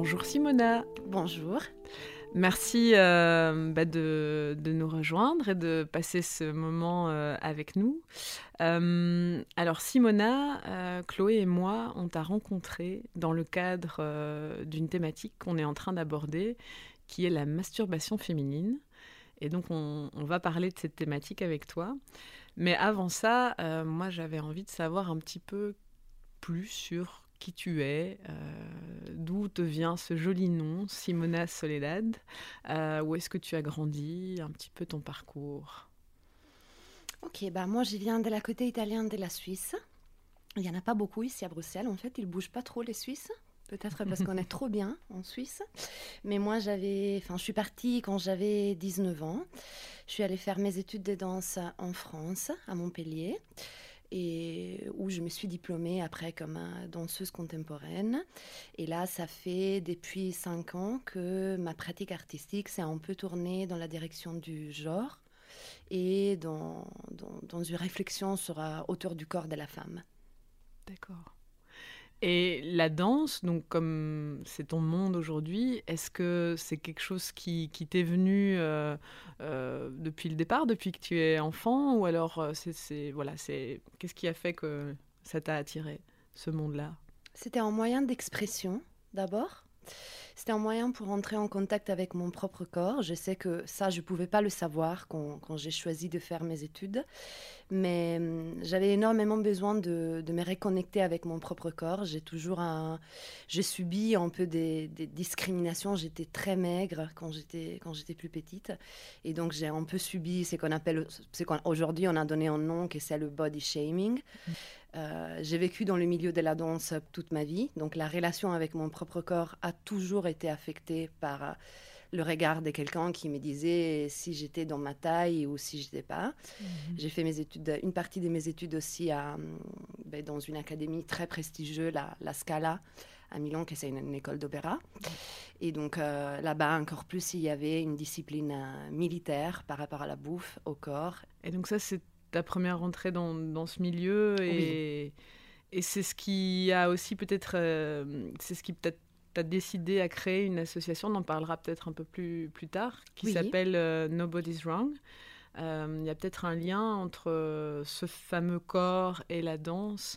Bonjour Simona. Bonjour. Merci de nous rejoindre et de passer ce moment avec nous. Alors Simona, Chloé et moi, on t'a rencontré dans le cadre d'une thématique qu'on est en train d'aborder, qui est la masturbation féminine. Et donc on va parler de cette thématique avec toi. Mais avant ça, moi j'avais envie de savoir un petit peu plus sur qui tu es, d'où te vient ce joli nom, Simona Soledad, où est-ce que tu as grandi, un petit peu ton parcours. Ok, moi je viens de la côté italienne de la Suisse. Il n'y en a pas beaucoup ici à Bruxelles, en fait, ils ne bougent pas trop les Suisses. Peut-être parce qu'on est trop bien en Suisse. Mais moi, je suis partie quand j'avais 19 ans. Je suis allée faire mes études de danse en France, à Montpellier, et où je me suis diplômée après comme danseuse contemporaine. Et là, ça fait depuis 5 ans que ma pratique artistique s'est un peu tournée dans la direction du genre et dans une réflexion autour du corps de la femme. D'accord. Et la danse, donc comme c'est ton monde aujourd'hui, est-ce que c'est quelque chose qui t'est venu depuis le départ, depuis que tu es enfant, ou alors qu'est-ce qui a fait que ça t'a attiré, ce monde-là? C'était un moyen d'expression d'abord. C'était un moyen pour entrer en contact avec mon propre corps. Je sais que ça, je ne pouvais pas le savoir quand j'ai choisi de faire mes études. Mais j'avais énormément besoin de me reconnecter avec mon propre corps. J'ai subi un peu des discriminations. J'étais très maigre quand j'étais plus petite. Et donc, j'ai un peu subi aujourd'hui, on a donné un nom, que c'est le body shaming. J'ai vécu dans le milieu de la danse toute ma vie, donc la relation avec mon propre corps a toujours été affectée par le regard de quelqu'un qui me disait si j'étais dans ma taille ou si je n'étais pas. J'ai fait une partie de mes études aussi dans une académie très prestigieuse, la Scala, à Milan, qui c'est une école d'opéra. Et donc là-bas, encore plus, il y avait une discipline militaire par rapport à la bouffe, au corps. Et donc ça, c'est ta première rentrée dans ce milieu Oui. Et c'est ce qui a aussi peut-être c'est ce qui peut-être t'a décidé à créer une association, on en parlera peut-être un peu plus tard, qui Oui. s'appelle Nobody's Wrong. Il y a peut-être un lien entre ce fameux corps et la danse.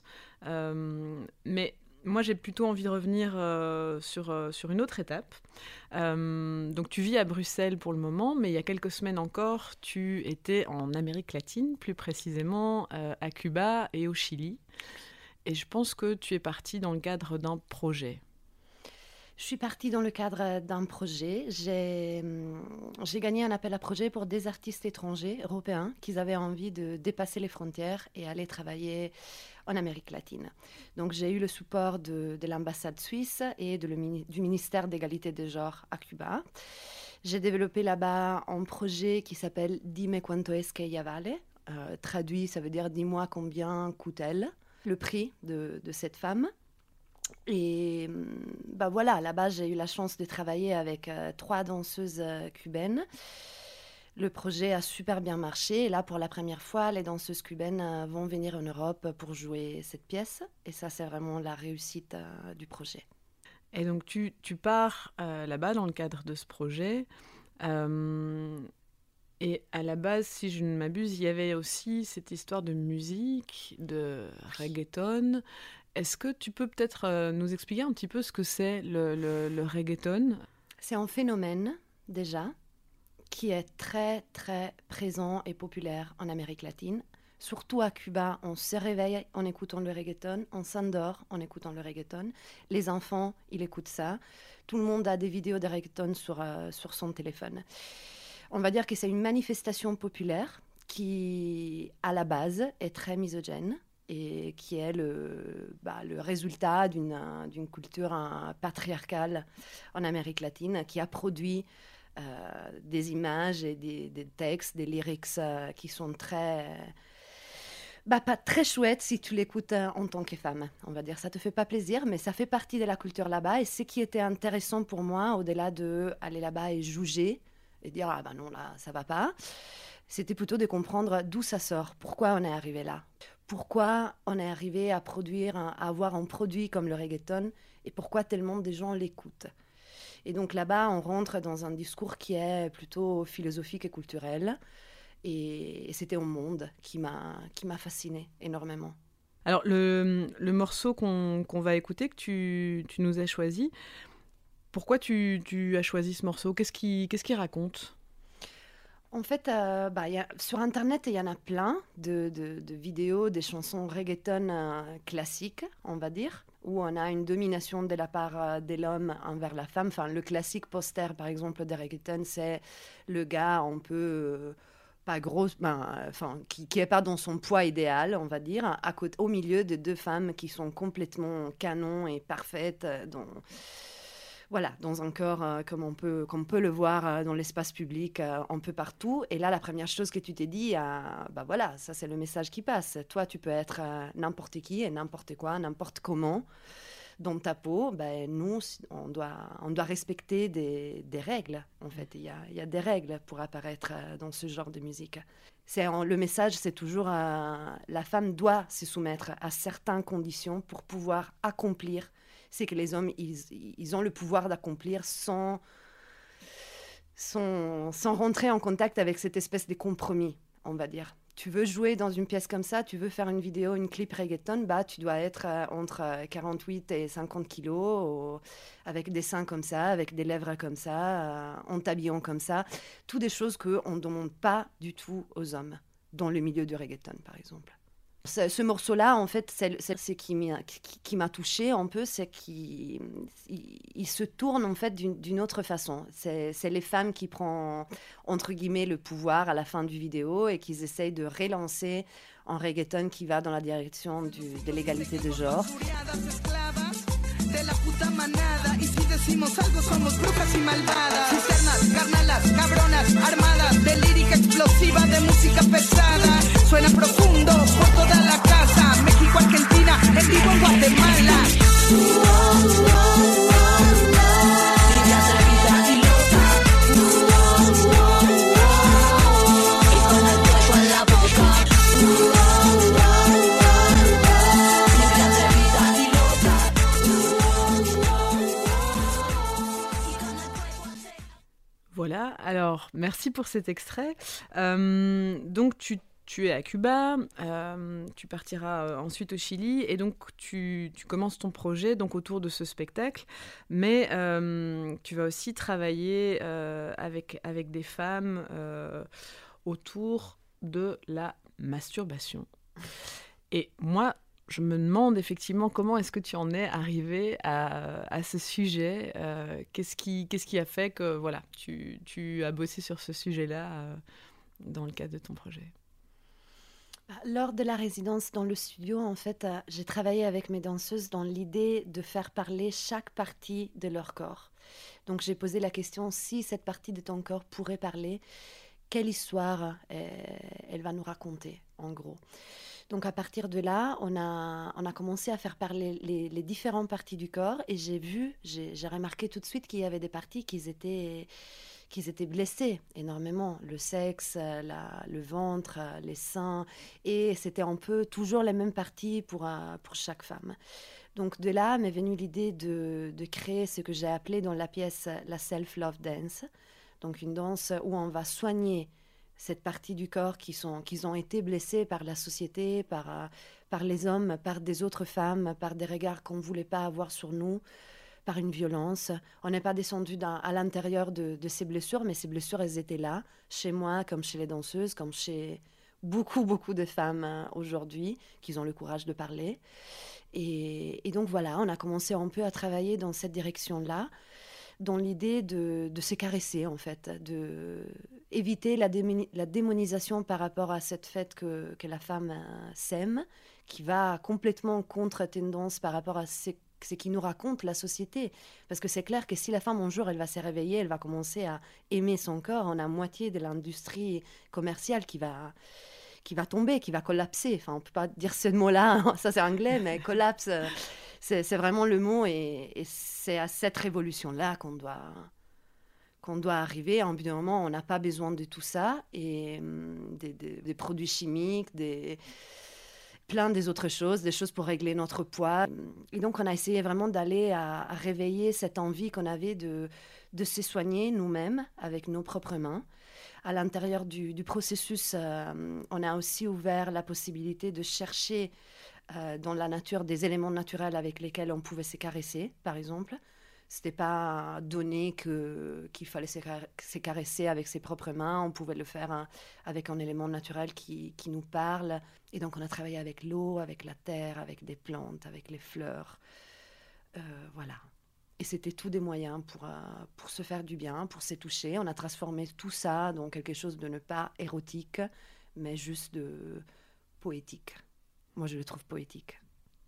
Mais moi, j'ai plutôt envie de revenir sur une autre étape. Donc, tu vis à Bruxelles pour le moment, mais il y a quelques semaines encore, tu étais en Amérique latine, plus précisément à Cuba et au Chili. Et je pense que tu es partie dans le cadre d'un projet. Je suis partie dans le cadre d'un projet. J'ai gagné un appel à projet pour des artistes étrangers, européens, qui avaient envie de dépasser les frontières et aller travailler en Amérique latine. Donc j'ai eu le support de l'ambassade suisse et du ministère d'égalité des genres à Cuba. J'ai développé là-bas un projet qui s'appelle Dime cuánto es que ella vale. Traduit, ça veut dire dis-moi combien coûte-t-elle, le prix de cette femme. Et voilà, là-bas, j'ai eu la chance de travailler avec 3 danseuses cubaines. Le projet a super bien marché. Et là, pour la première fois, les danseuses cubaines vont venir en Europe pour jouer cette pièce. Et ça, c'est vraiment la réussite du projet. Et donc, tu pars là-bas dans le cadre de ce projet. Et à la base, si je ne m'abuse, il y avait aussi cette histoire de musique, de reggaeton. Est-ce que tu peux peut-être nous expliquer un petit peu ce que c'est le reggaeton? C'est un phénomène, déjà, qui est très, très présent et populaire en Amérique latine. Surtout à Cuba, on se réveille en écoutant le reggaeton, on s'endort en écoutant le reggaeton. Les enfants, ils écoutent ça. Tout le monde a des vidéos de reggaeton sur son téléphone. On va dire que c'est une manifestation populaire qui, à la base, est très misogyne et qui est le résultat d'une culture patriarcale en Amérique latine qui a produit des images et des textes, des lyrics qui sont pas très chouettes si tu l'écoutes en tant que femme. On va dire, ça te fait pas plaisir, mais ça fait partie de la culture là-bas. Et ce qui était intéressant pour moi, au-delà d'aller là-bas et juger, et dire, ah ben non, là, ça va pas, c'était plutôt de comprendre d'où ça sort, pourquoi on est arrivé là. Pourquoi on est arrivé à avoir un produit comme le reggaeton et pourquoi tellement de gens l'écoutent. Et donc là-bas, on rentre dans un discours qui est plutôt philosophique et culturel. Et c'était au monde qui m'a fascinée énormément. Alors, le morceau qu'on va écouter, que tu nous as choisi, pourquoi tu as choisi ce morceau? Qu'est-ce qu'il raconte? En fait, sur Internet, il y en a plein de vidéos, des chansons reggaeton classiques, on va dire, où on a une domination de la part de l'homme envers la femme. Enfin, le classique poster, par exemple, de reggaeton, c'est le gars un peu pas gros, qui est pas dans son poids idéal, on va dire, au milieu de deux femmes qui sont complètement canon et parfaites, dans un corps comme on peut le voir dans l'espace public un peu partout. Et là, la première chose que tu t'es dit, ça c'est le message qui passe. Toi, tu peux être n'importe qui et n'importe quoi, n'importe comment dans ta peau. Nous, on doit respecter des règles. En fait, il y a des règles pour apparaître dans ce genre de musique. Le message, c'est toujours la femme doit se soumettre à certaines conditions pour pouvoir accomplir c'est que les hommes, ils ont le pouvoir d'accomplir sans rentrer en contact avec cette espèce de compromis, on va dire. Tu veux jouer dans une pièce comme ça, tu veux faire une vidéo, une clip reggaeton, tu dois être entre 48 et 50 kilos, avec des seins comme ça, avec des lèvres comme ça, en t'habillant comme ça. Toutes des choses qu'on ne demande pas du tout aux hommes, dans le milieu du reggaeton, par exemple. Ce morceau-là, en fait, c'est ce qui m'a touchée un peu, c'est qu'il se tourne en fait d'une autre façon. C'est les femmes qui prennent, entre guillemets, le pouvoir à la fin du vidéo et qui essayent de relancer un reggaeton qui va dans la direction de l'égalité de genre. De la puta manada, y si decimos algo somos brujas y malvadas, cisternas, carnalas, cabronas, armadas, de lírica explosiva, de música pesada, suena profundo por toda la casa, México, Argentina, en vivo en Guatemala. Niña atrevida y loca, y con el cuello en la boca. Voilà, alors merci pour cet extrait. Donc tu es à Cuba, tu partiras ensuite au Chili et donc tu commences ton projet donc, autour de ce spectacle, mais tu vas aussi travailler avec des femmes autour de la masturbation. Et moi, je me demande effectivement comment est-ce que tu en es arrivé à ce sujet. Qu'est-ce qui a fait que voilà, tu as bossé sur ce sujet-là dans le cadre de ton projet? Lors de la résidence dans le studio, en fait, j'ai travaillé avec mes danseuses dans l'idée de faire parler chaque partie de leur corps. Donc j'ai posé la question, si cette partie de ton corps pourrait parler, quelle histoire elle va nous raconter, en gros. Donc à partir de là, on a commencé à faire parler les différentes parties du corps et j'ai remarqué tout de suite qu'il y avait des parties qui étaient blessées énormément. Le sexe, le ventre, les seins, et c'était un peu toujours les mêmes parties pour chaque femme. Donc de là m'est venue l'idée de créer ce que j'ai appelé dans la pièce la self-love dance, donc une danse où on va soigner cette partie du corps qui ont été blessés par la société, par les hommes, par des autres femmes, par des regards qu'on ne voulait pas avoir sur nous, par une violence. On n'est pas descendu à l'intérieur de ces blessures, mais ces blessures, elles étaient là, chez moi, comme chez les danseuses, comme chez beaucoup, beaucoup de femmes aujourd'hui, qui ont le courage de parler. Et donc voilà, on a commencé un peu à travailler dans cette direction-là, dans l'idée de se caresser, en fait, éviter la démonisation par rapport à cette fait que la femme s'aime, qui va complètement contre-tendance par rapport à ce qui nous raconte la société. Parce que c'est clair que si la femme, un jour, elle va se réveiller, elle va commencer à aimer son corps, on a moitié de l'industrie commerciale qui va tomber, qui va collapser. Enfin, on ne peut pas dire ce mot-là, ça c'est anglais, mais collapse, c'est vraiment le mot. Et c'est à cette révolution-là qu'on doit arriver. À un bout d'un moment, on n'a pas besoin de tout ça. Et des produits chimiques, plein des autres choses, des choses pour régler notre poids. Et donc, on a essayé vraiment d'aller à réveiller cette envie qu'on avait de se soigner nous-mêmes avec nos propres mains. À l'intérieur du processus, on a aussi ouvert la possibilité de chercher dans la nature des éléments naturels avec lesquels on pouvait se caresser, par exemple. C'était pas donné qu'il fallait se caresser avec ses propres mains. On pouvait le faire avec un élément naturel qui nous parle. Et donc, on a travaillé avec l'eau, avec la terre, avec des plantes, avec les fleurs. Voilà. Et c'était tous des moyens pour se faire du bien, pour se toucher. On a transformé tout ça dans quelque chose de ne pas érotique, mais juste de poétique. Moi, je le trouve poétique.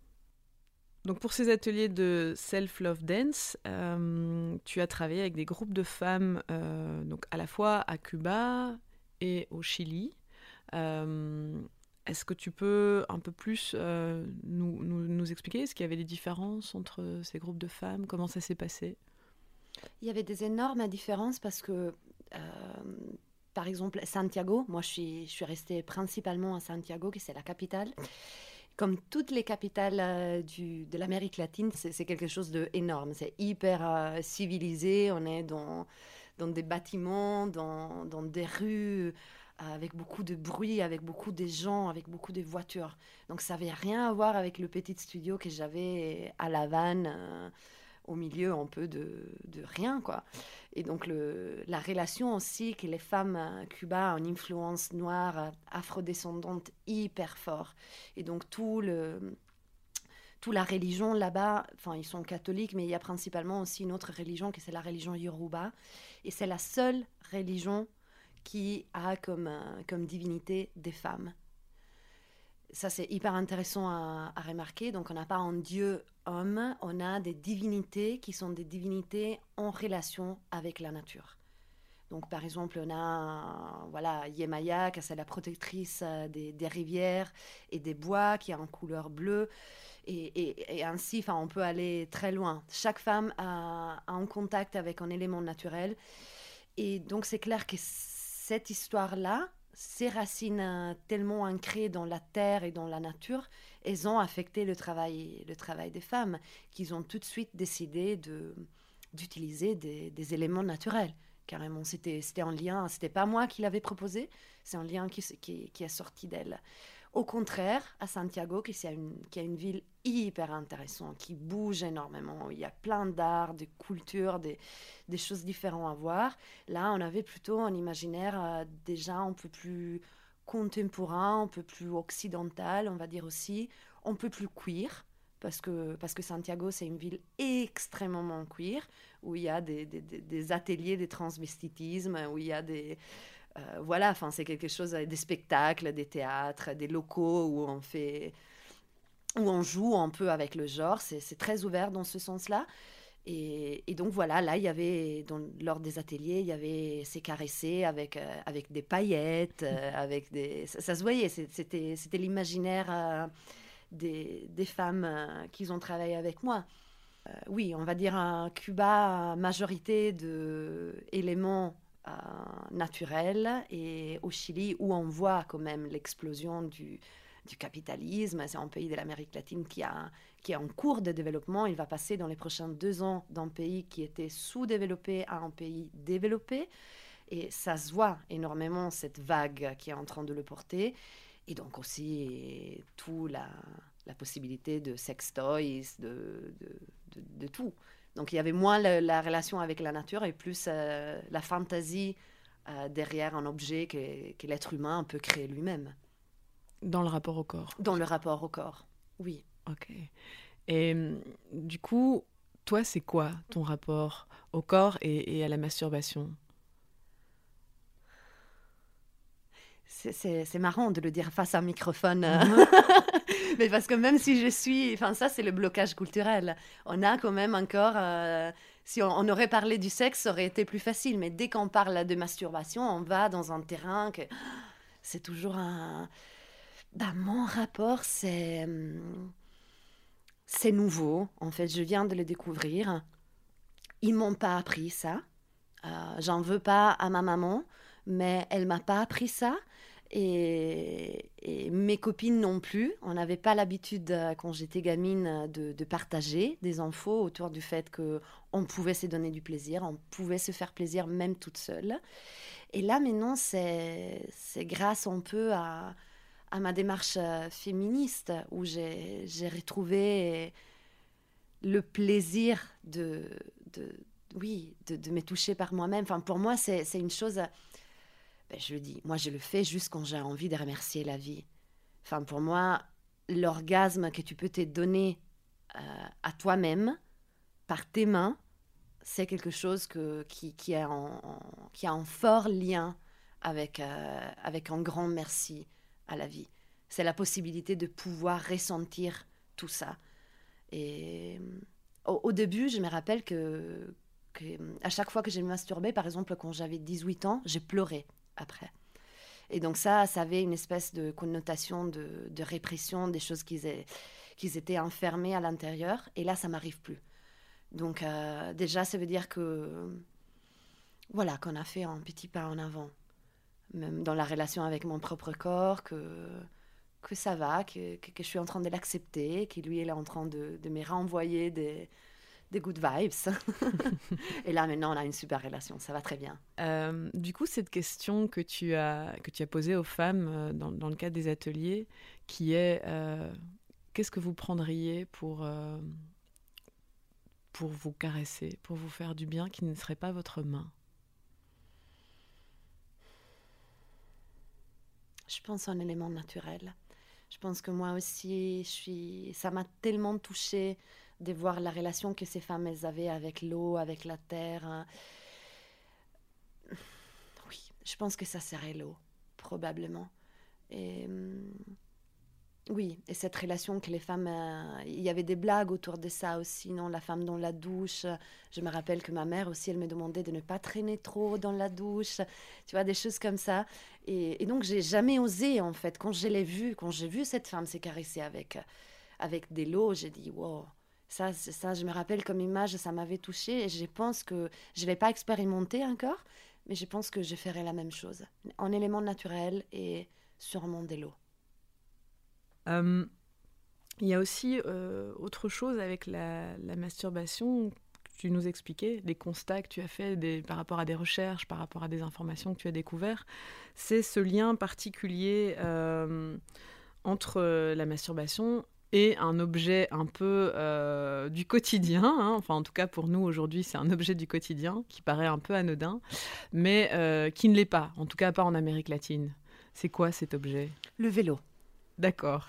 Donc pour ces ateliers de self-love dance, tu as travaillé avec des groupes de femmes, donc à la fois à Cuba et au Chili. Est-ce que tu peux un peu plus nous expliquer ce qu'il y avait des différences entre ces groupes de femmes? Comment ça s'est passé? Il y avait des énormes différences parce que, par exemple, Santiago, moi je suis restée principalement à Santiago, qui c'est la capitale. Comme toutes les capitales de l'Amérique latine, c'est quelque chose d'énorme. C'est hyper civilisé. On est dans des bâtiments, dans des rues, avec beaucoup de bruit, avec beaucoup de gens, avec beaucoup de voitures. Donc ça n'avait rien à voir avec le petit studio que j'avais à La Havane, au milieu un peu de rien, quoi. Et donc la relation aussi que les femmes cubaines ont une influence noire, afrodescendante hyper fort. Et donc toute la religion là-bas, enfin ils sont catholiques, mais il y a principalement aussi une autre religion qui c'est la religion Yoruba. Et c'est la seule religion qui a comme divinité des femmes. Ça, c'est hyper intéressant à remarquer. Donc, on n'a pas un dieu homme, on a des divinités qui sont des divinités en relation avec la nature. Donc, par exemple, on a Yemaya, qui c'est la protectrice des rivières et des bois, qui est en couleur bleue. Et ainsi, on peut aller très loin. Chaque femme a un contact avec un élément naturel. Et donc, c'est clair que cette histoire-là, ces racines tellement ancrées dans la terre et dans la nature, elles ont affecté le travail des femmes, qu'ils ont tout de suite décidé d'utiliser des éléments naturels. Carrément, c'était un lien, c'était pas moi qui l'avais proposé, c'est un lien qui est sorti d'elle. Au contraire, à Santiago, qui est une ville hyper intéressante, qui bouge énormément, il y a plein d'art, de cultures, des choses différentes à voir. Là, on avait plutôt un imaginaire déjà un peu plus contemporain, un peu plus occidental, on va dire aussi, un peu plus queer, parce que Santiago, c'est une ville extrêmement queer, où il y a des ateliers de transvestitisme, où il y a c'est quelque chose, des spectacles, des théâtres, des locaux où on joue un peu avec le genre. C'est très ouvert dans ce sens-là. Et donc voilà, là, il y avait, lors des ateliers, il y avait ces caressés avec des paillettes, ça se voyait, c'était l'imaginaire des femmes qui ont travaillé avec moi. Oui, on va dire un Cuba, majorité d'éléments naturel, et au Chili où on voit quand même l'explosion du capitalisme. C'est un pays de l'Amérique latine qui est en cours de développement. Il va passer dans les prochains 2 ans d'un pays qui était sous-développé à un pays développé, et ça se voit énormément, cette vague qui est en train de le porter. Et donc aussi la possibilité de sex toys, de tout. Donc il y avait moins la relation avec la nature et plus la fantaisie derrière un objet que l'être humain peut créer lui-même. Dans le rapport au corps. Dans le rapport au corps, oui. Ok. Et du coup, toi, c'est quoi ton rapport au corps et à la masturbation? C'est marrant de le dire face à un microphone. Mais parce que même si je suis... Enfin, ça, c'est le blocage culturel. On a quand même encore... si on aurait parlé du sexe, ça aurait été plus facile. Mais dès qu'on parle de masturbation, on va dans un terrain que... C'est toujours un... mon rapport, c'est nouveau. En fait, je viens de le découvrir. Ils m'ont pas appris ça. J'en veux pas à ma maman, mais elle m'a pas appris ça. Et mes copines non plus. On n'avait pas l'habitude, quand j'étais gamine, de partager des infos autour du fait qu'on pouvait se donner du plaisir, on pouvait se faire plaisir même toute seule. Et là, maintenant, c'est grâce un peu à ma démarche féministe où j'ai retrouvé le plaisir de me toucher par moi-même. Enfin, pour moi, c'est une chose... Ben, je le dis, moi je le fais juste quand j'ai envie de remercier la vie. Enfin, pour moi, l'orgasme que tu peux te donner à toi-même, par tes mains, c'est quelque chose qui a un fort lien avec un grand merci à la vie. C'est la possibilité de pouvoir ressentir tout ça. Et au début, je me rappelle que à chaque fois que j'ai masturbé, par exemple quand j'avais 18 ans, j'ai pleuré après. Et donc ça avait une espèce de connotation de répression, des choses qui étaient enfermées à l'intérieur. Et là, ça m'arrive plus. Donc déjà, ça veut dire qu'on a fait un petit pas en avant. Même dans la relation avec mon propre corps, que ça va, que je suis en train de l'accepter, que lui, il est en train de me renvoyer des good vibes. Et là, maintenant, on a une super relation. Ça va très bien. Du coup, cette question que tu as posée aux femmes dans le cadre des ateliers, qui est qu'est-ce que vous prendriez pour vous caresser, pour vous faire du bien, qui ne serait pas votre main? Je pense à un élément naturel. Je pense que moi aussi, ça m'a tellement touchée de voir la relation que ces femmes elles avaient avec l'eau, avec la terre. Oui, je pense que ça serait l'eau, probablement. Et oui, et cette relation que les femmes... il y avait des blagues autour de ça aussi, non? La femme dans la douche. Je me rappelle que ma mère aussi, elle me demandait de ne pas traîner trop dans la douche. Tu vois, des choses comme ça. Et donc, j'ai jamais osé, en fait. Quand j'ai vu cette femme se caresser avec des lots, j'ai dit, wow, ça, je me rappelle comme image, ça m'avait touchée. Et je pense que je ne l'ai pas expérimenté encore, mais je pense que je ferai la même chose. En élément naturel et sûrement des lots. Il y a aussi autre chose avec la masturbation que tu nous expliquais, les constats que tu as faits par rapport à des recherches, par rapport à des informations que tu as découvertes. C'est ce lien particulier entre la masturbation et un objet un peu du quotidien, hein. Enfin en tout cas pour nous aujourd'hui c'est un objet du quotidien qui paraît un peu anodin, mais qui ne l'est pas, en tout cas pas en Amérique latine. C'est quoi cet objet? Le vélo. D'accord.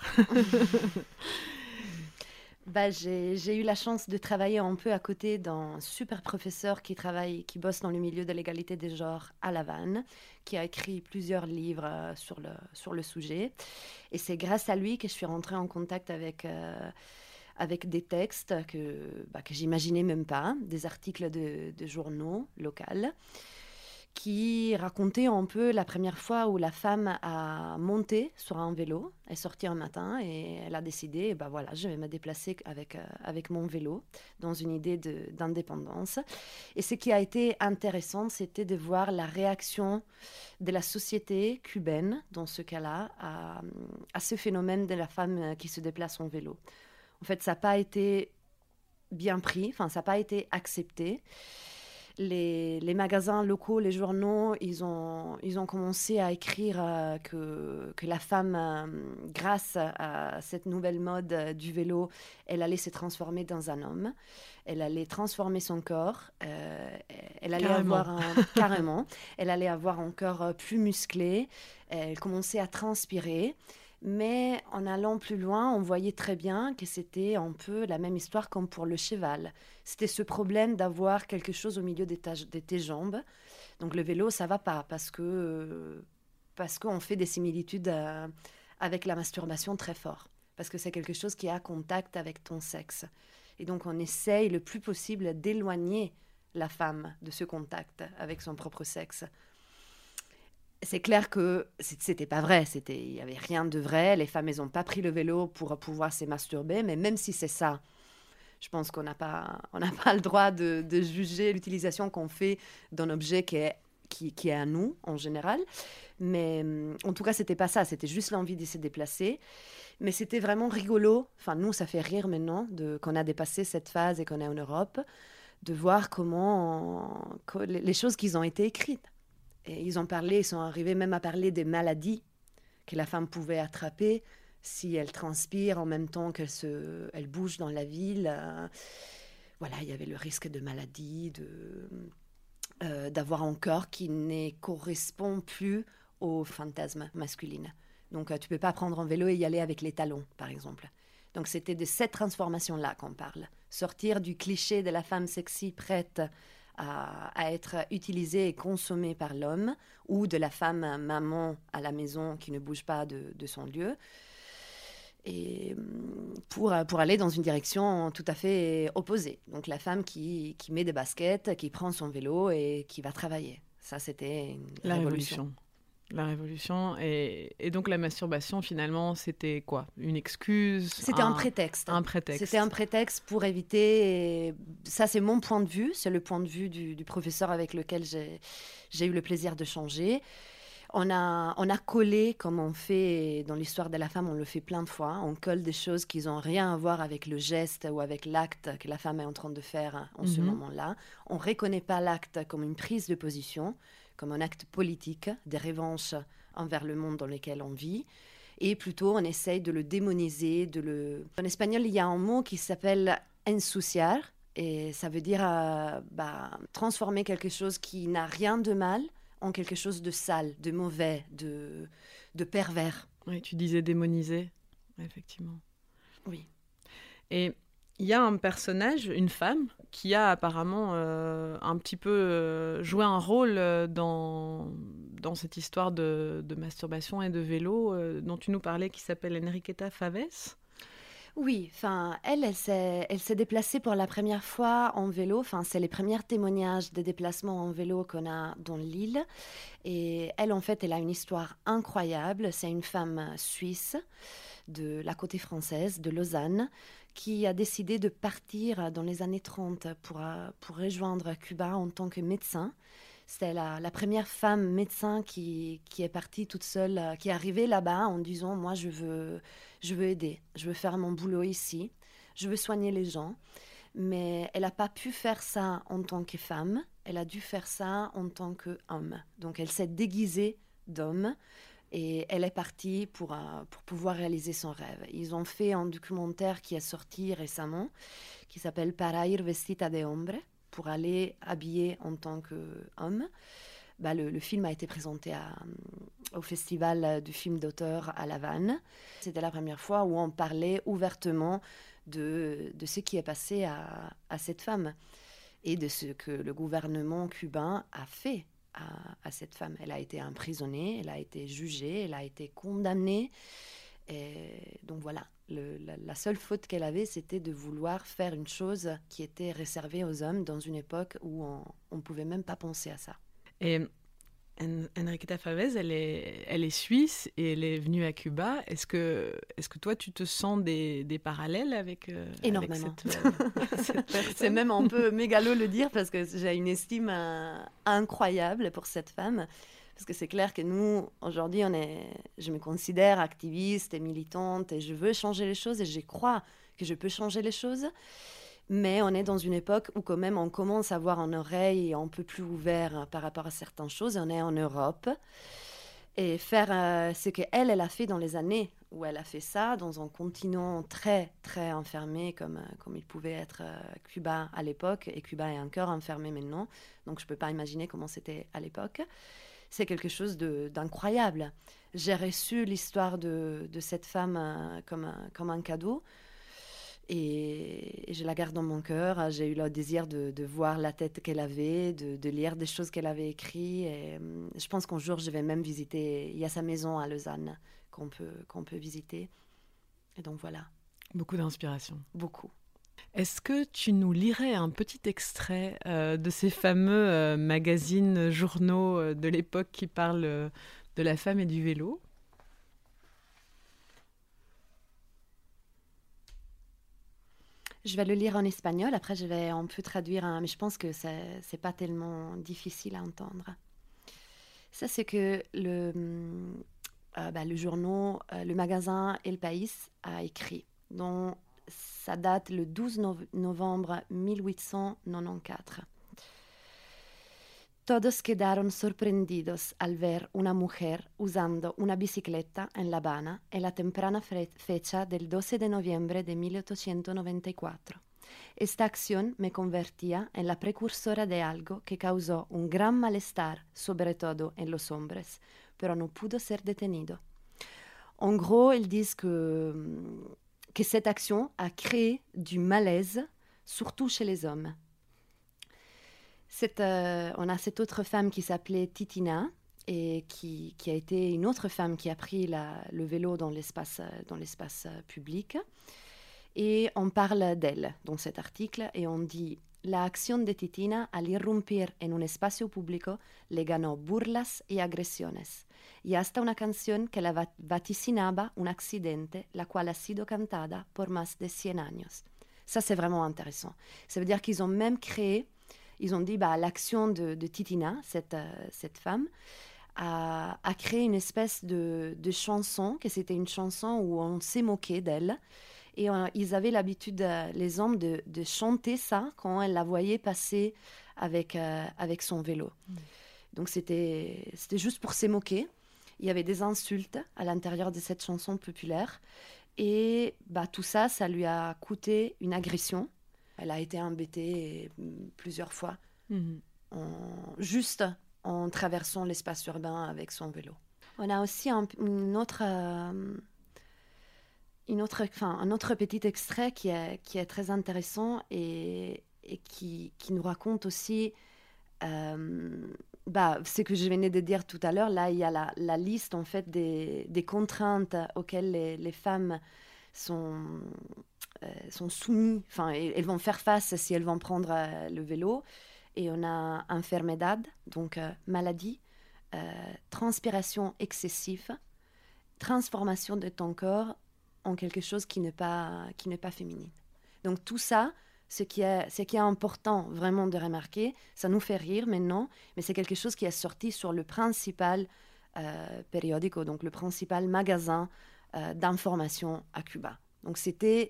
J'ai eu la chance de travailler un peu à côté d'un super professeur qui bosse dans le milieu de l'égalité des genres à La Havane, qui a écrit plusieurs livres sur le sujet. Et c'est grâce à lui que je suis rentrée en contact avec des textes que j'imaginais même pas, des articles de journaux locaux, qui racontait un peu la première fois où la femme a monté sur un vélo, est sortie un matin et elle a décidé, je vais me déplacer avec mon vélo dans une idée d'indépendance. Et ce qui a été intéressant, c'était de voir la réaction de la société cubaine, dans ce cas-là, à ce phénomène de la femme qui se déplace en vélo. En fait, ça n'a pas été bien pris, ça n'a pas été accepté. Les magasins locaux, les journaux, ils ont commencé à écrire que la femme, grâce à cette nouvelle mode du vélo, elle allait se transformer dans un homme. Elle allait transformer son corps. Elle allait carrément. Elle allait avoir un corps plus musclé. Elle commençait à transpirer. Mais en allant plus loin, on voyait très bien que c'était un peu la même histoire comme pour le cheval. C'était ce problème d'avoir quelque chose au milieu de tes jambes. Donc le vélo, ça va pas parce qu'on fait des similitudes avec la masturbation très fort. Parce que c'est quelque chose qui a contact avec ton sexe. Et donc on essaye le plus possible d'éloigner la femme de ce contact avec son propre sexe. C'est clair que c'était pas vrai, il y avait rien de vrai. Les femmes, elles n'ont pas pris le vélo pour pouvoir se masturber, mais même si c'est ça, je pense qu'on n'a pas le droit de juger l'utilisation qu'on fait d'un objet qui est qui est à nous en général. Mais en tout cas, c'était pas ça. C'était juste l'envie de se déplacer. Mais c'était vraiment rigolo. Enfin, nous, ça fait rire maintenant qu'on a dépassé cette phase et qu'on est en Europe, de voir comment les choses qui ont été écrites. Et ils ont parlé, ils sont arrivés même à parler des maladies que la femme pouvait attraper si elle transpire en même temps elle bouge dans la ville. Voilà, il y avait le risque de maladie, d'avoir un corps qui ne correspond plus au fantasme masculin. Donc, tu ne peux pas prendre un vélo et y aller avec les talons, par exemple. Donc, c'était de cette transformation-là qu'on parle. Sortir du cliché de la femme sexy prête à être utilisée et consommée par l'homme, ou de la femme maman à la maison qui ne bouge pas de son lieu, et pour aller dans une direction tout à fait opposée. Donc la femme qui met des baskets, qui prend son vélo et qui va travailler. Ça, c'était une révolution. La révolution. Et donc la masturbation, finalement, c'était quoi? Une excuse? C'était un prétexte. Un prétexte. C'était un prétexte pour éviter... Ça, c'est mon point de vue. C'est le point de vue du professeur avec lequel j'ai eu le plaisir de changer. On a collé, comme on fait dans l'histoire de la femme, on le fait plein de fois. On colle des choses qui n'ont rien à voir avec le geste ou avec l'acte que la femme est en train de faire en ce moment-là. On ne reconnaît pas l'acte comme une prise de position, comme un acte politique, des revanches envers le monde dans lequel on vit. Et plutôt, on essaye de le démoniser. En espagnol, il y a un mot qui s'appelle ensuciar. Et ça veut dire transformer quelque chose qui n'a rien de mal en quelque chose de sale, de mauvais, de pervers. Oui, tu disais démoniser, effectivement. Oui. Et il y a un personnage, une femme, qui a apparemment un petit peu joué un rôle dans cette histoire de masturbation et de vélo dont tu nous parlais, qui s'appelle Enriqueta Faves. Oui, elle s'est déplacée pour la première fois en vélo. C'est les premiers témoignages de déplacements en vélo qu'on a dans l'île. Et elle, en fait, elle a une histoire incroyable. C'est une femme suisse de la côte française, de Lausanne, qui a décidé de partir dans les années 30 pour rejoindre Cuba en tant que médecin. C'était la première femme médecin qui est partie toute seule, qui est arrivée là-bas en disant « Moi, je veux aider, je veux faire mon boulot ici, je veux soigner les gens. » Mais elle n'a pas pu faire ça en tant que femme, elle a dû faire ça en tant qu'homme. Donc, elle s'est déguisée d'homme et elle est partie pour pouvoir réaliser son rêve. Ils ont fait un documentaire qui est sorti récemment, qui s'appelle « Para ir vestida de hombre », pour aller habiller en tant qu'homme. Le film a été présenté au festival du film d'auteur à La Havane. C'était la première fois où on parlait ouvertement de ce qui est passé à cette femme et de ce que le gouvernement cubain a fait à cette femme. Elle a été emprisonnée, elle a été jugée, elle a été condamnée. Et donc voilà, la seule faute qu'elle avait, c'était de vouloir faire une chose qui était réservée aux hommes dans une époque où on ne pouvait même pas penser à ça. Et Enriqueta Faves, elle est suisse et elle est venue à Cuba. Est-ce que toi, tu te sens des parallèles avec énormément. Cette personne? C'est même un peu mégalo le dire parce que j'ai une estime incroyable pour cette femme. Parce que c'est clair que nous, aujourd'hui, je me considère activiste et militante et je veux changer les choses et je crois que je peux changer les choses. Mais on est dans une époque où quand même on commence à avoir une oreille un peu plus ouverte par rapport à certaines choses. On est en Europe. Et faire ce qu'elle a fait dans les années où elle a fait ça, dans un continent très, très enfermé comme il pouvait être Cuba à l'époque. Et Cuba est encore enfermé maintenant. Donc je ne peux pas imaginer comment c'était à l'époque. C'est quelque chose d'incroyable. J'ai reçu l'histoire de cette femme comme un cadeau et je la garde dans mon cœur. J'ai eu le désir de voir la tête qu'elle avait, de lire des choses qu'elle avait écrites. Et je pense qu'un jour, je vais même visiter. Il y a sa maison à Lausanne qu'on peut visiter. Et donc voilà. Beaucoup d'inspiration. Beaucoup. Est-ce que tu nous lirais un petit extrait de ces fameux magazines, journaux de l'époque qui parlent de la femme et du vélo ? Je vais le lire en espagnol, après je vais un peu traduire, mais je pense que c'est pas tellement difficile à entendre. Ça, c'est que le journal, le magasin El País a écrit, dont ça date le 12 novembre 1894. Todos quedaron sorprendidos al ver una mujer usando una bicicleta en La Habana en la temprana fecha del 12 de noviembre de 1894. Esta acción me convertía en la precursora de algo que causó un gran malestar, sobre todo en los hombres, pero no pudo ser detenido. En gros, ils disent que cette action a créé du malaise, surtout chez les hommes. On a cette autre femme qui s'appelait Titina, et qui a été une autre femme qui a pris le vélo dans l'espace public. Et on parle d'elle dans cet article, et on dit: la acción de Titina al irrumpir en un espacio público le ganó burlas y agresiones, y hasta una canción que la vaticinaba un accidente, la cual ha sido cantada por más de 100 años. Ça, c'est vraiment intéressant. Ça veut dire qu'ils ont même créé, ils ont dit, l'action de Titina, cette femme, a créé une espèce de chanson, que c'était une chanson où on s'est moqué d'elle. Et ils avaient l'habitude, les hommes, de chanter ça quand elle la voyait passer avec son vélo. Donc c'était juste pour se moquer. Il y avait des insultes à l'intérieur de cette chanson populaire. Et tout ça, ça lui a coûté une agression. Elle a été embêtée plusieurs fois, juste en traversant l'espace urbain avec son vélo. On a aussi un autre petit extrait qui est très intéressant et qui nous raconte aussi ce que je venais de dire tout à l'heure. Là, il y a la liste en fait des contraintes auxquelles les femmes sont soumises. Enfin, elles vont faire face si elles vont prendre le vélo. Et on a enfermedad, donc maladie, transpiration excessive, transformation de ton corps en quelque chose qui n'est pas féminine. Donc tout ça, ce qui est important vraiment de remarquer, ça nous fait rire maintenant, mais c'est quelque chose qui est sorti sur le principal periódico, donc le principal magasin d'information à Cuba. Donc c'était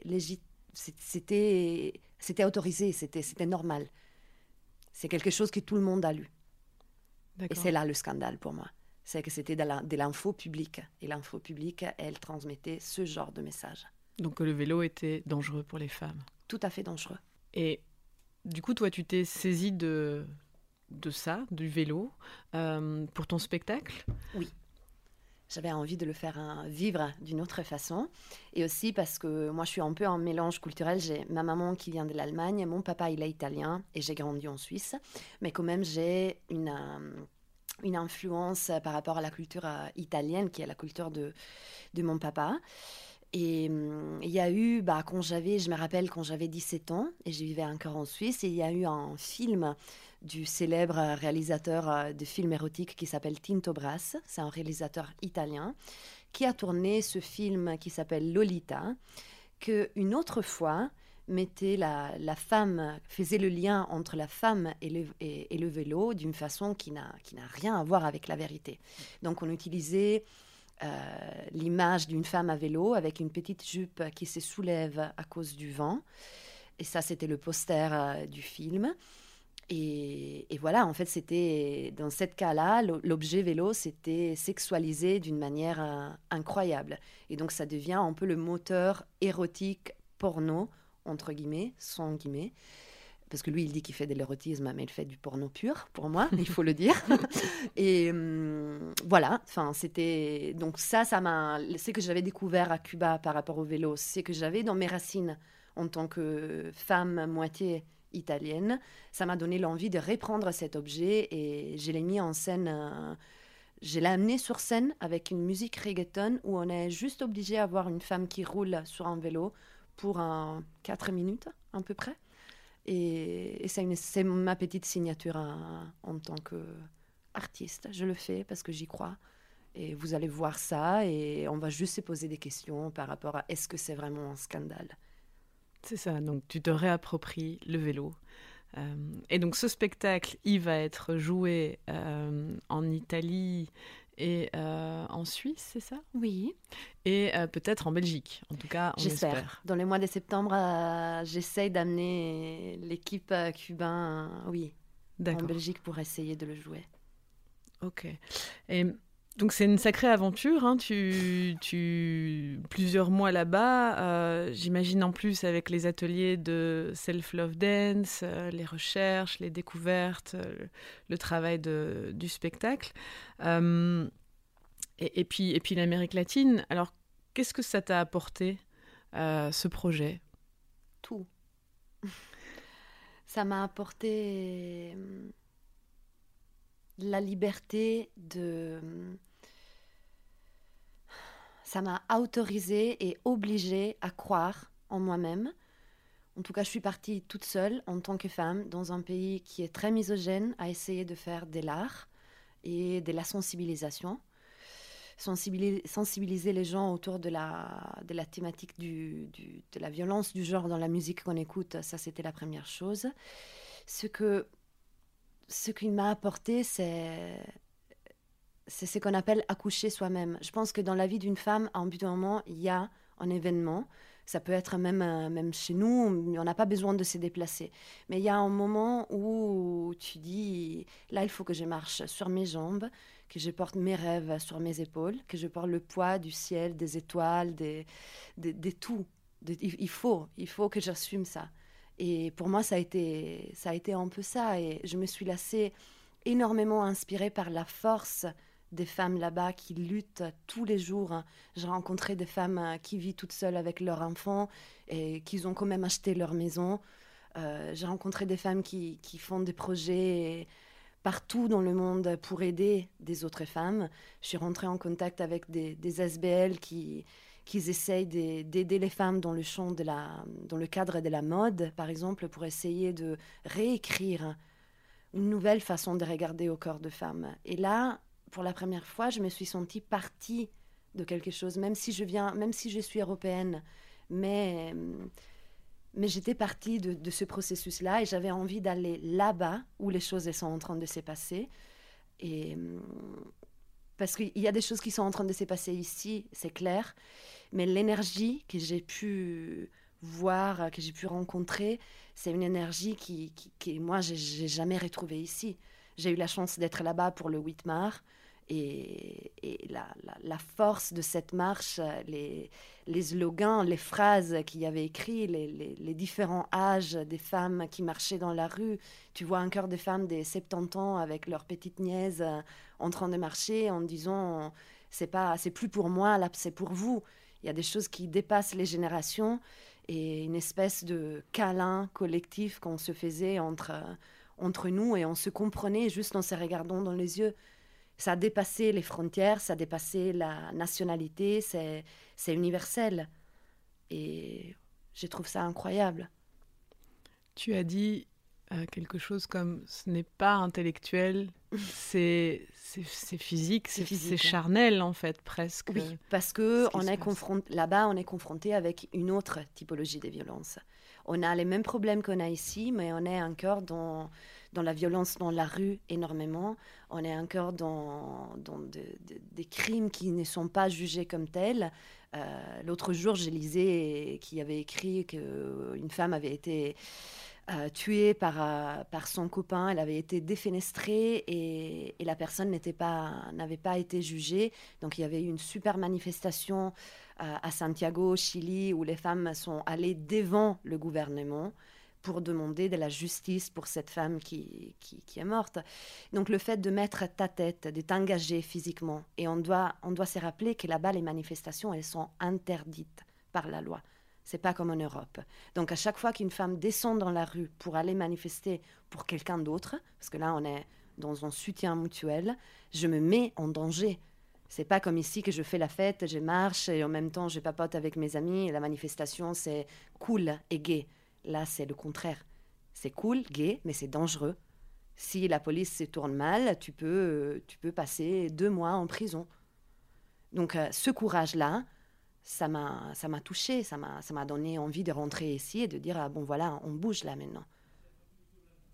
autorisé, c'était normal. C'est quelque chose que tout le monde a lu. D'accord. Et c'est là le scandale pour moi. C'est que c'était de l'info publique. Et l'info publique, elle transmettait ce genre de message. Donc le vélo était dangereux pour les femmes. Tout à fait dangereux. Et du coup, toi, tu t'es saisie de ça, du vélo, pour ton spectacle ? Oui. J'avais envie de le faire vivre d'une autre façon. Et aussi parce que moi, je suis un peu un mélange culturel. J'ai ma maman qui vient de l'Allemagne, mon papa, il est italien, et j'ai grandi en Suisse. Mais quand même, j'ai une influence par rapport à la culture italienne, qui est la culture de mon papa. Et il y a eu, je me rappelle quand j'avais 17 ans, et je vivais encore en Suisse, et il y a eu un film du célèbre réalisateur de films érotiques qui s'appelle Tinto Brass. C'est un réalisateur italien qui a tourné ce film qui s'appelle Lolita, qu'une autre fois mettait la femme, faisait le lien entre la femme et le vélo d'une façon qui n'a rien à voir avec la vérité. Donc on utilisait l'image d'une femme à vélo avec une petite jupe qui se soulève à cause du vent. Et ça, c'était le poster du film. Et voilà, en fait, c'était dans ce cas-là, l'objet vélo, c'était sexualisé d'une manière incroyable. Et donc, ça devient un peu le moteur érotique porno, entre guillemets, sans guillemets. Parce que lui, il dit qu'il fait de l'érotisme, mais il fait du porno pur, pour moi, il faut le dire. Et voilà, enfin, c'était... Donc ça m'a... C'est que j'avais découvert à Cuba par rapport au vélo, c'est que j'avais dans mes racines en tant que femme moitié italienne. Ça m'a donné l'envie de reprendre cet objet et je l'ai mis en scène... Je l'ai amené sur scène avec une musique reggaeton où on est juste obligé d'avoir une femme qui roule sur un vélo pour 4 minutes à peu près. Et c'est ma petite signature en tant qu'artiste. Je le fais parce que j'y crois. Et vous allez voir ça et on va juste se poser des questions par rapport à est-ce que c'est vraiment un scandale. C'est ça, donc tu te réappropries le vélo Et donc ce spectacle, il va être joué en Italie et en Suisse, c'est ça? Oui, Et peut-être en Belgique, en tout cas, on j'espère. espère. Dans les mois de septembre, j'essaye d'amener l'équipe cubaine, oui, en D'accord, Belgique pour essayer de le jouer. ok. Et donc c'est une sacrée aventure, hein. Plusieurs mois là-bas, j'imagine en plus avec les ateliers de self-love dance, les recherches, les découvertes, le travail du spectacle. Euh, et puis l'Amérique latine. Alors, qu'est-ce que ça t'a apporté, ce projet? Tout. Ça m'a apporté la liberté de... Ça m'a autorisé et obligé à croire en moi-même. En tout cas, je suis partie toute seule en tant que femme dans un pays qui est très misogyne à essayer de faire de l'art et de la sensibilisation. Sensibiliser les gens autour de la thématique de la violence du genre dans la musique qu'on écoute, ça c'était la première chose. Ce qu'il m'a apporté, c'est ce qu'on appelle accoucher soi-même. Je pense que dans la vie d'une femme, à un bout d'un moment, il y a un événement. Ça peut être même chez nous, on n'a pas besoin de se déplacer. Mais il y a un moment où tu dis, là, il faut que je marche sur mes jambes, que je porte mes rêves sur mes épaules, que je porte le poids du ciel, des étoiles, des tout. Il faut que j'assume ça. Et pour moi, ça a été un peu ça. Et je me suis laissée énormément inspirée par la force des femmes là-bas qui luttent tous les jours. J'ai rencontré des femmes qui vivent toutes seules avec leurs enfants et qui ont quand même acheté leur maison. J'ai rencontré des femmes qui font des projets partout dans le monde pour aider des autres femmes. Je suis rentrée en contact avec des SBL qui essayent d'aider les femmes dans le champ dans le cadre de la mode, par exemple, pour essayer de réécrire une nouvelle façon de regarder au corps de femme. Et là, pour la première fois, je me suis sentie partie de quelque chose, même si je suis européenne, mais, mais j'étais partie de ce processus-là et j'avais envie d'aller là-bas où les choses sont en train de se passer. Et parce qu'il y a des choses qui sont en train de se passer ici, c'est clair, mais l'énergie que j'ai pu voir, que j'ai pu rencontrer, c'est une énergie qui moi, j'ai jamais retrouvée ici. J'ai eu la chance d'être là-bas pour le 8 mars et la force de cette marche, les slogans, les phrases qu'il y avait écrits, les différents âges des femmes qui marchaient dans la rue. Tu vois encore des femmes des 70 ans avec leurs petites nièces en train de marcher en disant c'est plus pour moi, là, c'est pour vous. Il y a des choses qui dépassent les générations et une espèce de câlin collectif qu'on se faisait entre nous et on se comprenait juste en se regardant dans les yeux. Ça a dépassé les frontières, ça a dépassé la nationalité, c'est universel. Et je trouve ça incroyable. Tu as dit quelque chose comme ce n'est pas intellectuel, c'est physique, C'est c'est physique. charnel en fait, presque. Oui, parce que Ce qui là-bas, on est confronté avec une autre typologie de violence. On a les mêmes problèmes qu'on a ici, mais on est encore dans la violence dans la rue énormément. On est encore dans des crimes qui ne sont pas jugés comme tels. L'autre jour, je lisais qu'il avait écrit qu'une femme avait été tuée par son copain. Elle avait été défenestrée et la personne n'avait pas été jugée. Donc il y avait eu une super manifestation à Santiago, au Chili, où les femmes sont allées devant le gouvernement pour demander de la justice pour cette femme qui est morte. Donc le fait de mettre ta tête, de t'engager physiquement, et on doit se rappeler que là-bas, les manifestations, elles sont interdites par la loi. C'est pas comme en Europe. Donc à chaque fois qu'une femme descend dans la rue pour aller manifester pour quelqu'un d'autre, parce que là on est dans un soutien mutuel, je me mets en danger. C'est pas comme ici que je fais la fête, je marche et en même temps je papote avec mes amis et la manifestation c'est cool et gai. Là c'est le contraire. C'est cool, gai, mais c'est dangereux. Si la police se tourne mal, tu peux passer 2 mois en prison. Donc ce courage-là, ça m'a touchée, ça m'a donné envie de rentrer ici et de dire ah bon voilà, on bouge là maintenant.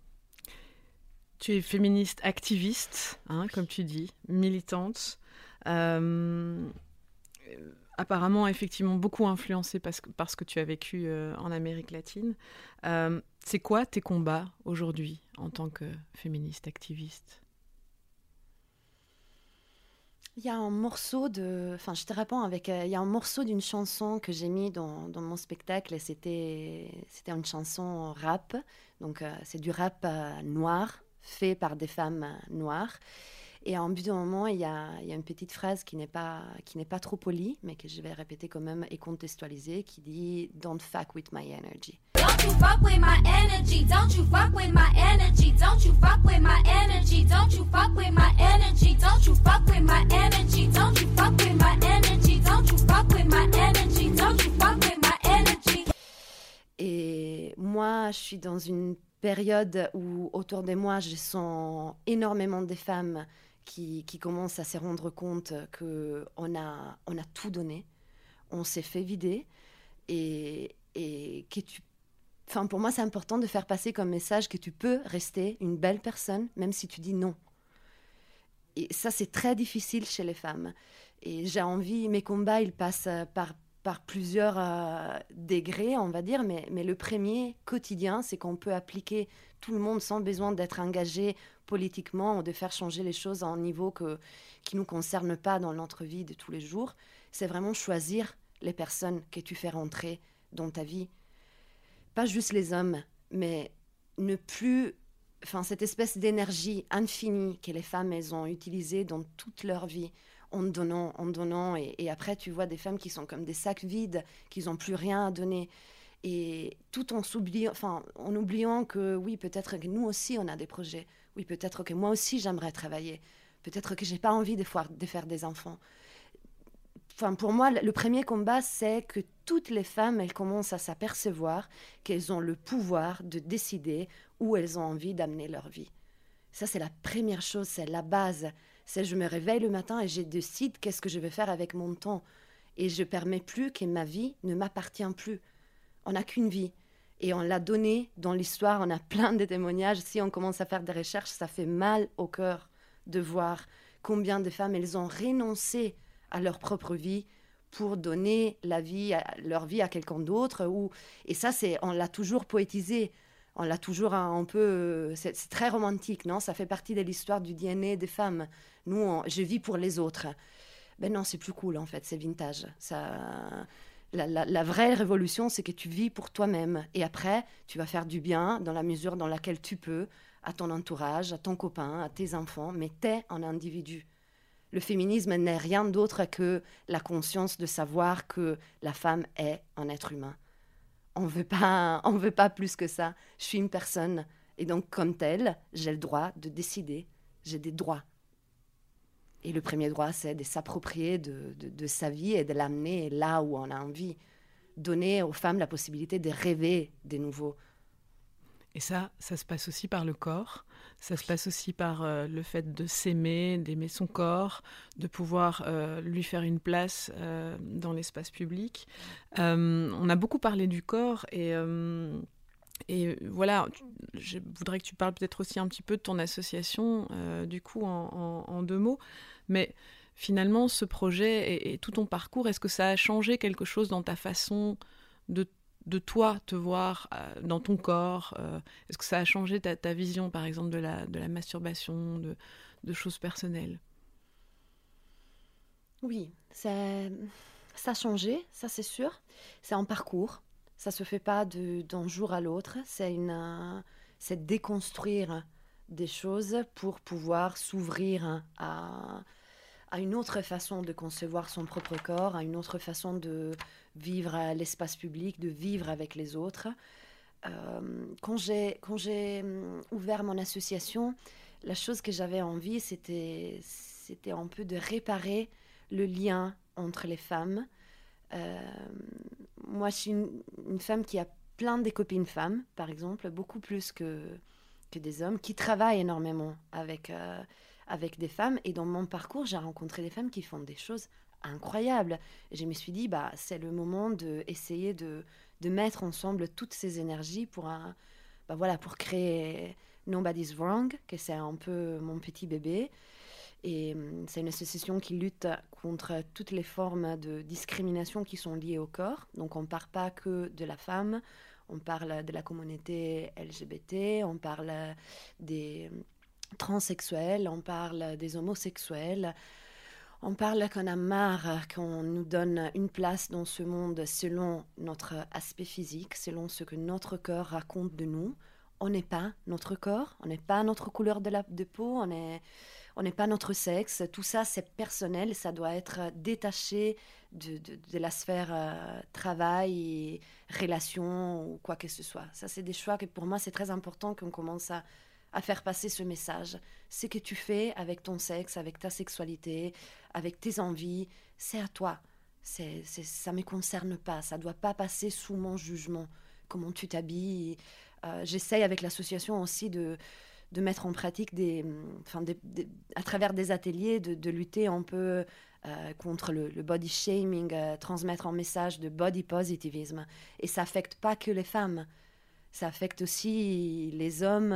Tu es féministe activiste, hein, comme tu dis, militante. Euh, Apparemment, effectivement, beaucoup influencée parce que tu as vécu en Amérique latine. C'est quoi tes combats aujourd'hui en tant que féministe activiste? Il y a un morceau de... Enfin, je te réponds avec... il y a un morceau d'une chanson que j'ai mis dans mon spectacle et c'était une chanson rap. Donc, c'est du rap noir, fait par des femmes noires. Et en bout d'un moment, il y a une petite phrase qui n'est pas trop polie, mais que je vais répéter quand même et contextualiser, qui dit Don't fuck with my energy. Don't you fuck with my energy, don't you fuck with my energy, don't you fuck with my energy, don't you fuck with my energy, don't you fuck with my energy, don't you fuck with my energy, don't you fuck with my energy, don't you fuck with my energy. Et moi, je suis dans une période où autour de moi, je sens énormément de femmes qui commencent à se rendre compte qu'on a tout donné, on s'est fait vider et que tu... Enfin, pour moi, c'est important de faire passer comme message que tu peux rester une belle personne, même si tu dis non. Et ça, c'est très difficile chez les femmes. Et j'ai envie, mes combats, ils passent par plusieurs degrés, on va dire, mais le premier, quotidien, c'est qu'on peut appliquer tout le monde sans besoin d'être engagé politiquement ou de faire changer les choses à un niveau qui ne nous concerne pas dans notre vie de tous les jours. C'est vraiment choisir les personnes que tu fais rentrer dans ta vie. Pas juste les hommes, mais ne plus... Enfin, cette espèce d'énergie infinie que les femmes, elles ont utilisée dans toute leur vie, en donnant, et après, tu vois des femmes qui sont comme des sacs vides, qui n'ont plus rien à donner. Et tout en s'oubliant, enfin, en oubliant que oui, peut-être que nous aussi, on a des projets. Oui, peut-être que moi aussi, j'aimerais travailler. Peut-être que j'ai pas envie de faire des enfants. Enfin, pour moi, le premier combat, c'est que toutes les femmes, elles commencent à s'apercevoir qu'elles ont le pouvoir de décider où elles ont envie d'amener leur vie. Ça, c'est la première chose, c'est la base. C'est je me réveille le matin et je décide qu'est-ce que je vais faire avec mon temps. Et je ne permets plus que ma vie ne m'appartient plus. On n'a qu'une vie. Et on l'a donnée dans l'histoire, on a plein de témoignages. Si on commence à faire des recherches, ça fait mal au cœur de voir combien de femmes, elles ont renoncé à leur propre vie pour donner leur vie à quelqu'un d'autre. Et ça, on l'a toujours poétisé. On l'a toujours un peu... C'est très romantique, non? Ça fait partie de l'histoire du DNA des femmes. Nous, je vis pour les autres. Ben non, c'est plus cool, en fait. C'est vintage. La vraie révolution, c'est que tu vis pour toi-même. Et après, tu vas faire du bien dans la mesure dans laquelle tu peux, à ton entourage, à ton copain, à tes enfants. Mais t'es un individu. Le féminisme n'est rien d'autre que la conscience de savoir que la femme est un être humain. On veut pas plus que ça. Je suis une personne. Et donc, comme telle, j'ai le droit de décider. J'ai des droits. Et le premier droit, c'est de s'approprier de sa vie et de l'amener là où on a envie. Donner aux femmes la possibilité de rêver de nouveau. Et ça se passe aussi par le corps. Ça se passe aussi par le fait de s'aimer, d'aimer son corps, de pouvoir lui faire une place dans l'espace public. On a beaucoup parlé du corps et voilà, je voudrais que tu parles peut-être aussi un petit peu de ton association, du coup, en deux mots. Mais finalement, ce projet et tout ton parcours, est-ce que ça a changé quelque chose dans ta façon de toi te voir dans ton corps? Est-ce que ça a changé ta vision, par exemple, de la masturbation, de choses personnelles? Oui, ça a changé, ça c'est sûr. C'est un parcours. Ça se fait pas d'un jour à l'autre. C'est déconstruire des choses pour pouvoir s'ouvrir à une autre façon de concevoir son propre corps, à une autre façon de vivre à l'espace public, de vivre avec les autres. Quand j'ai ouvert mon association, la chose que j'avais envie, c'était un peu de réparer le lien entre les femmes. Moi, je suis une femme qui a plein de copines femmes, par exemple, beaucoup plus que des hommes, qui travaillent énormément avec des femmes. Et dans mon parcours, j'ai rencontré des femmes qui font des choses incroyables. Et je me suis dit, c'est le moment d'essayer de mettre ensemble toutes ces énergies pour créer Nobody's Wrong, que c'est un peu mon petit bébé. Et c'est une association qui lutte contre toutes les formes de discrimination qui sont liées au corps. Donc on ne parle pas que de la femme, on parle de la communauté LGBT, on parle des transsexuels, on parle des homosexuels. On parle qu'on a marre qu'on nous donne une place dans ce monde selon notre aspect physique, selon ce que notre corps raconte de nous. On n'est pas notre corps, on n'est pas notre couleur de peau, on n'est pas notre sexe. Tout ça, c'est personnel, ça doit être détaché de la sphère travail, relation ou quoi que ce soit. Ça, c'est des choix que pour moi, c'est très important qu'on commence à faire passer ce message. Ce que tu fais avec ton sexe, avec ta sexualité, avec tes envies, c'est à toi. Ça ne me concerne pas, ça ne doit pas passer sous mon jugement. Comment tu t'habilles. J'essaye avec l'association aussi de mettre en pratique à travers des ateliers, de lutter un peu contre le body shaming, transmettre un message de body positivisme. Et ça n'affecte pas que les femmes. Ça affecte aussi les hommes.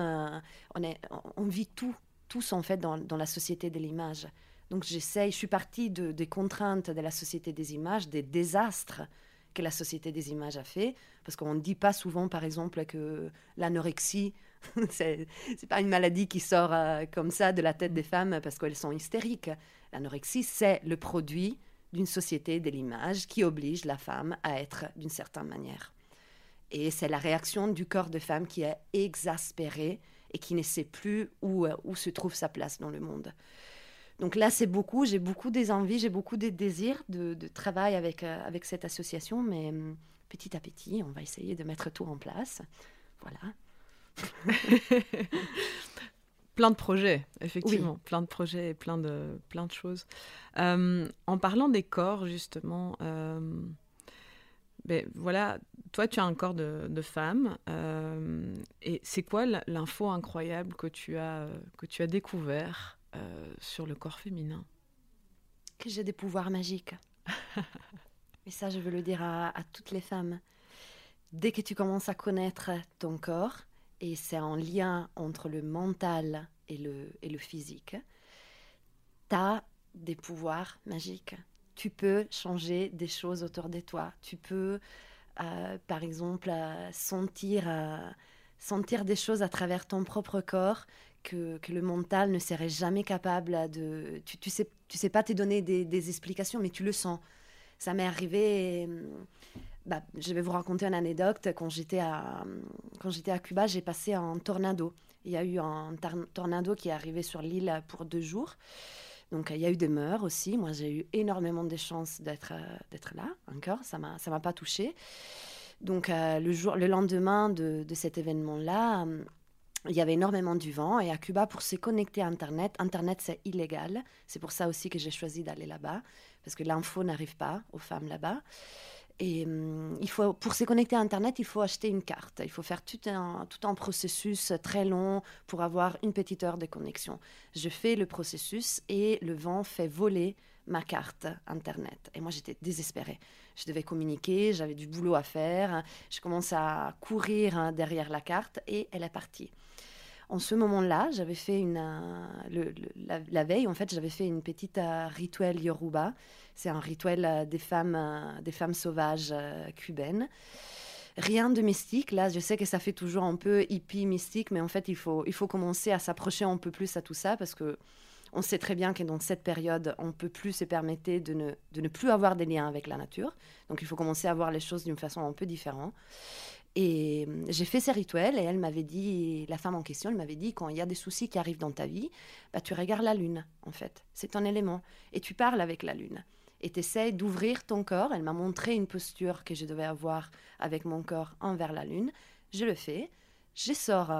On vit tous en fait dans la société de l'image. Donc je suis partie des contraintes de la société des images, des désastres que la société des images a fait. Parce qu'on ne dit pas souvent, par exemple, que l'anorexie, c'est pas une maladie qui sort comme ça de la tête des femmes parce qu'elles sont hystériques. L'anorexie, c'est le produit d'une société de l'image qui oblige la femme à être d'une certaine manière. Et c'est la réaction du corps de femme qui est exaspérée et qui ne sait plus où se trouve sa place dans le monde. Donc là, j'ai beaucoup des envies, j'ai beaucoup de désirs de travail avec cette association, mais petit à petit, on va essayer de mettre tout en place. Voilà. Plein de projets, effectivement. Oui. Plein de projets et plein de choses. En parlant des corps, justement... Ben, voilà, toi, tu as un corps de femme. Et c'est quoi l'info incroyable que tu as découvert sur le corps féminin? Que j'ai des pouvoirs magiques. Et ça, je veux le dire à toutes les femmes. Dès que tu commences à connaître ton corps, et c'est en lien entre le mental et le physique, tu as des pouvoirs magiques. Tu peux changer des choses autour de toi. Tu peux, par exemple, sentir des choses à travers ton propre corps que le mental ne serait jamais capable de... Tu sais pas te donner des explications, mais tu le sens. Ça m'est arrivé... je vais vous raconter une anecdote. Quand j'étais à Cuba, j'ai passé un tornado. Il y a eu un tornado qui est arrivé sur l'île pour 2 jours. Donc, il y a eu des meurtres aussi. Moi, j'ai eu énormément de chance d'être là encore. Ça m'a pas touchée. Donc, le lendemain de cet événement-là, il y avait énormément du vent. Et à Cuba, pour se connecter à Internet, c'est illégal. C'est pour ça aussi que j'ai choisi d'aller là-bas, parce que l'info n'arrive pas aux femmes là-bas. Et pour se connecter à Internet, il faut acheter une carte. Il faut faire tout un processus très long pour avoir une petite heure de connexion. Je fais le processus et le vent fait voler ma carte Internet. Et moi, j'étais désespérée. Je devais communiquer, j'avais du boulot à faire. Je commence à courir derrière la carte et elle est partie. En ce moment-là, j'avais fait la veille, en fait, j'avais fait une petite rituel Yoruba. C'est un rituel des femmes sauvages cubaines. Rien de mystique. Là, je sais que ça fait toujours un peu hippie, mystique, mais en fait, il faut commencer à s'approcher un peu plus à tout ça parce que on sait très bien que dans cette période, on ne peut plus se permettre de ne plus avoir des liens avec la nature. Donc, il faut commencer à voir les choses d'une façon un peu différente. Et j'ai fait ces rituels et elle m'avait dit, la femme en question, elle m'avait dit, quand il y a des soucis qui arrivent dans ta vie, tu regardes la lune, en fait. C'est un élément. Et tu parles avec la lune. Et tu essaies d'ouvrir ton corps. Elle m'a montré une posture que je devais avoir avec mon corps envers la lune. Je le fais. Je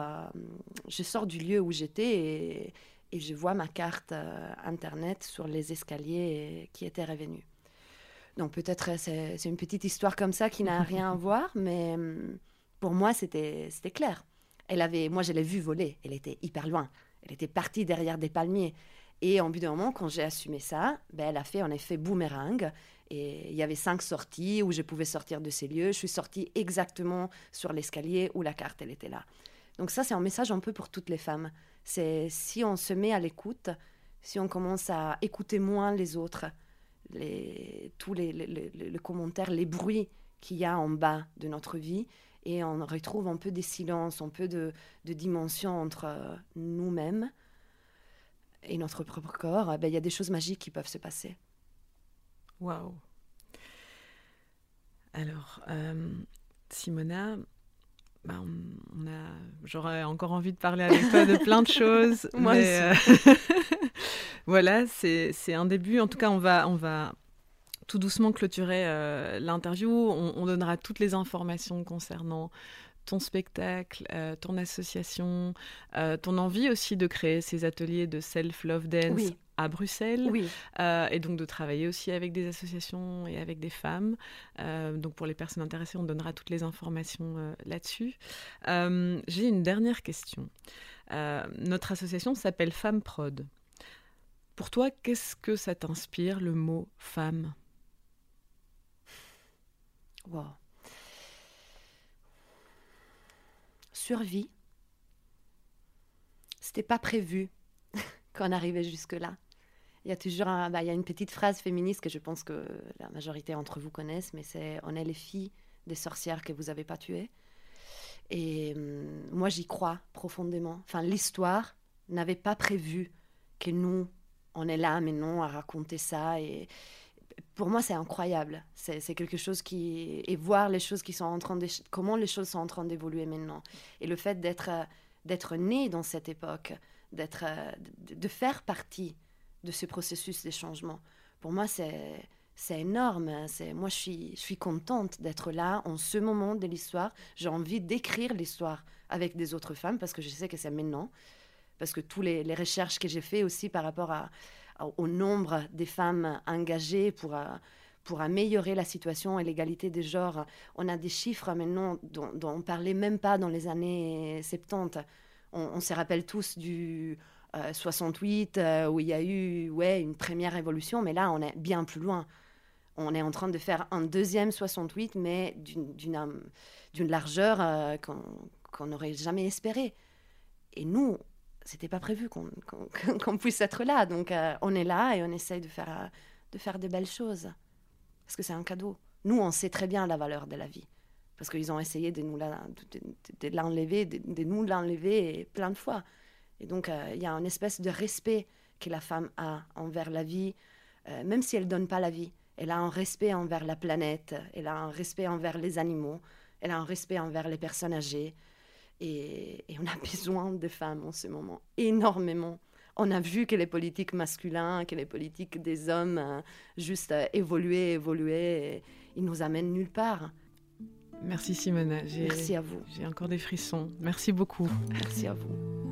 sors du lieu où j'étais et je vois ma carte Internet sur les escaliers qui étaient revenus. Donc peut-être c'est une petite histoire comme ça qui n'a rien à voir, mais pour moi c'était clair. Moi je l'ai vue voler, elle était hyper loin, elle était partie derrière des palmiers. Et en bout d'un moment, quand j'ai assumé ça, elle a fait en effet boomerang. Et il y avait 5 sorties où je pouvais sortir de ces lieux. Je suis sortie exactement sur l'escalier où la carte elle était là. Donc ça, c'est un message un peu pour toutes les femmes. C'est si on se met à l'écoute, si on commence à écouter moins les autres, tous les commentaires, les bruits qu'il y a en bas de notre vie, et on retrouve un peu des silences, un peu de dimension entre nous-mêmes et notre propre corps, il y a des choses magiques qui peuvent se passer. Waouh. Alors, Simona, j'aurais encore envie de parler avec toi de plein de choses. Moi mais, aussi. Voilà, c'est un début. En tout cas, on va tout doucement clôturer l'interview. On donnera toutes les informations concernant ton spectacle, ton association, ton envie aussi de créer ces ateliers de self-love dance à Bruxelles, et donc de travailler aussi avec des associations et avec des femmes. Donc pour les personnes intéressées, on donnera toutes les informations là-dessus. J'ai une dernière question. Notre association s'appelle Femmes Prod. Pour toi, qu'est-ce que ça t'inspire, le mot femme ? Wow. Survie. C'était pas prévu qu'on arrivait jusque-là. Il y a toujours il y a une petite phrase féministe que je pense que la majorité d'entre vous connaissent, mais c'est « On est les filles des sorcières que vous n'avez pas tuées ». Et moi, j'y crois profondément. Enfin, l'histoire n'avait pas prévu que nous, on est là maintenant à raconter ça. Et pour moi, c'est incroyable. C'est quelque chose qui... Et voir les choses qui sont en train de... Comment les choses sont en train d'évoluer maintenant. Et le fait d'être né dans cette époque, de faire partie de ce processus de changement, pour moi, c'est énorme. Moi, je suis contente d'être là en ce moment de l'histoire. J'ai envie d'écrire l'histoire avec des autres femmes parce que je sais que c'est maintenant. Parce que toutes les recherches que j'ai faites aussi par rapport au nombre des femmes engagées pour améliorer la situation et l'égalité des genres, on a des chiffres maintenant dont on ne parlait même pas dans les années 70. On se rappelle tous du 68 où il y a eu une première révolution, mais là, on est bien plus loin. On est en train de faire un deuxième 68, mais d'une largeur qu'on n'aurait jamais espéré. Et nous, c'était pas prévu qu'on puisse être là. Donc, on est là et on essaye de faire de belles choses. Parce que c'est un cadeau. Nous, on sait très bien la valeur de la vie. Parce qu'ils ont essayé de nous l'enlever, de nous l'enlever plein de fois. Et donc, il y a une espèce de respect que la femme a envers la vie, même si elle ne donne pas la vie. Elle a un respect envers la planète, elle a un respect envers les animaux, elle a un respect envers les personnes âgées. Et on a besoin de femmes en ce moment, énormément. On a vu que les politiques masculins, que les politiques des hommes, juste évoluer, et ils nous amènent nulle part. Merci Simona. Merci à vous. J'ai encore des frissons. Merci beaucoup. Merci à vous.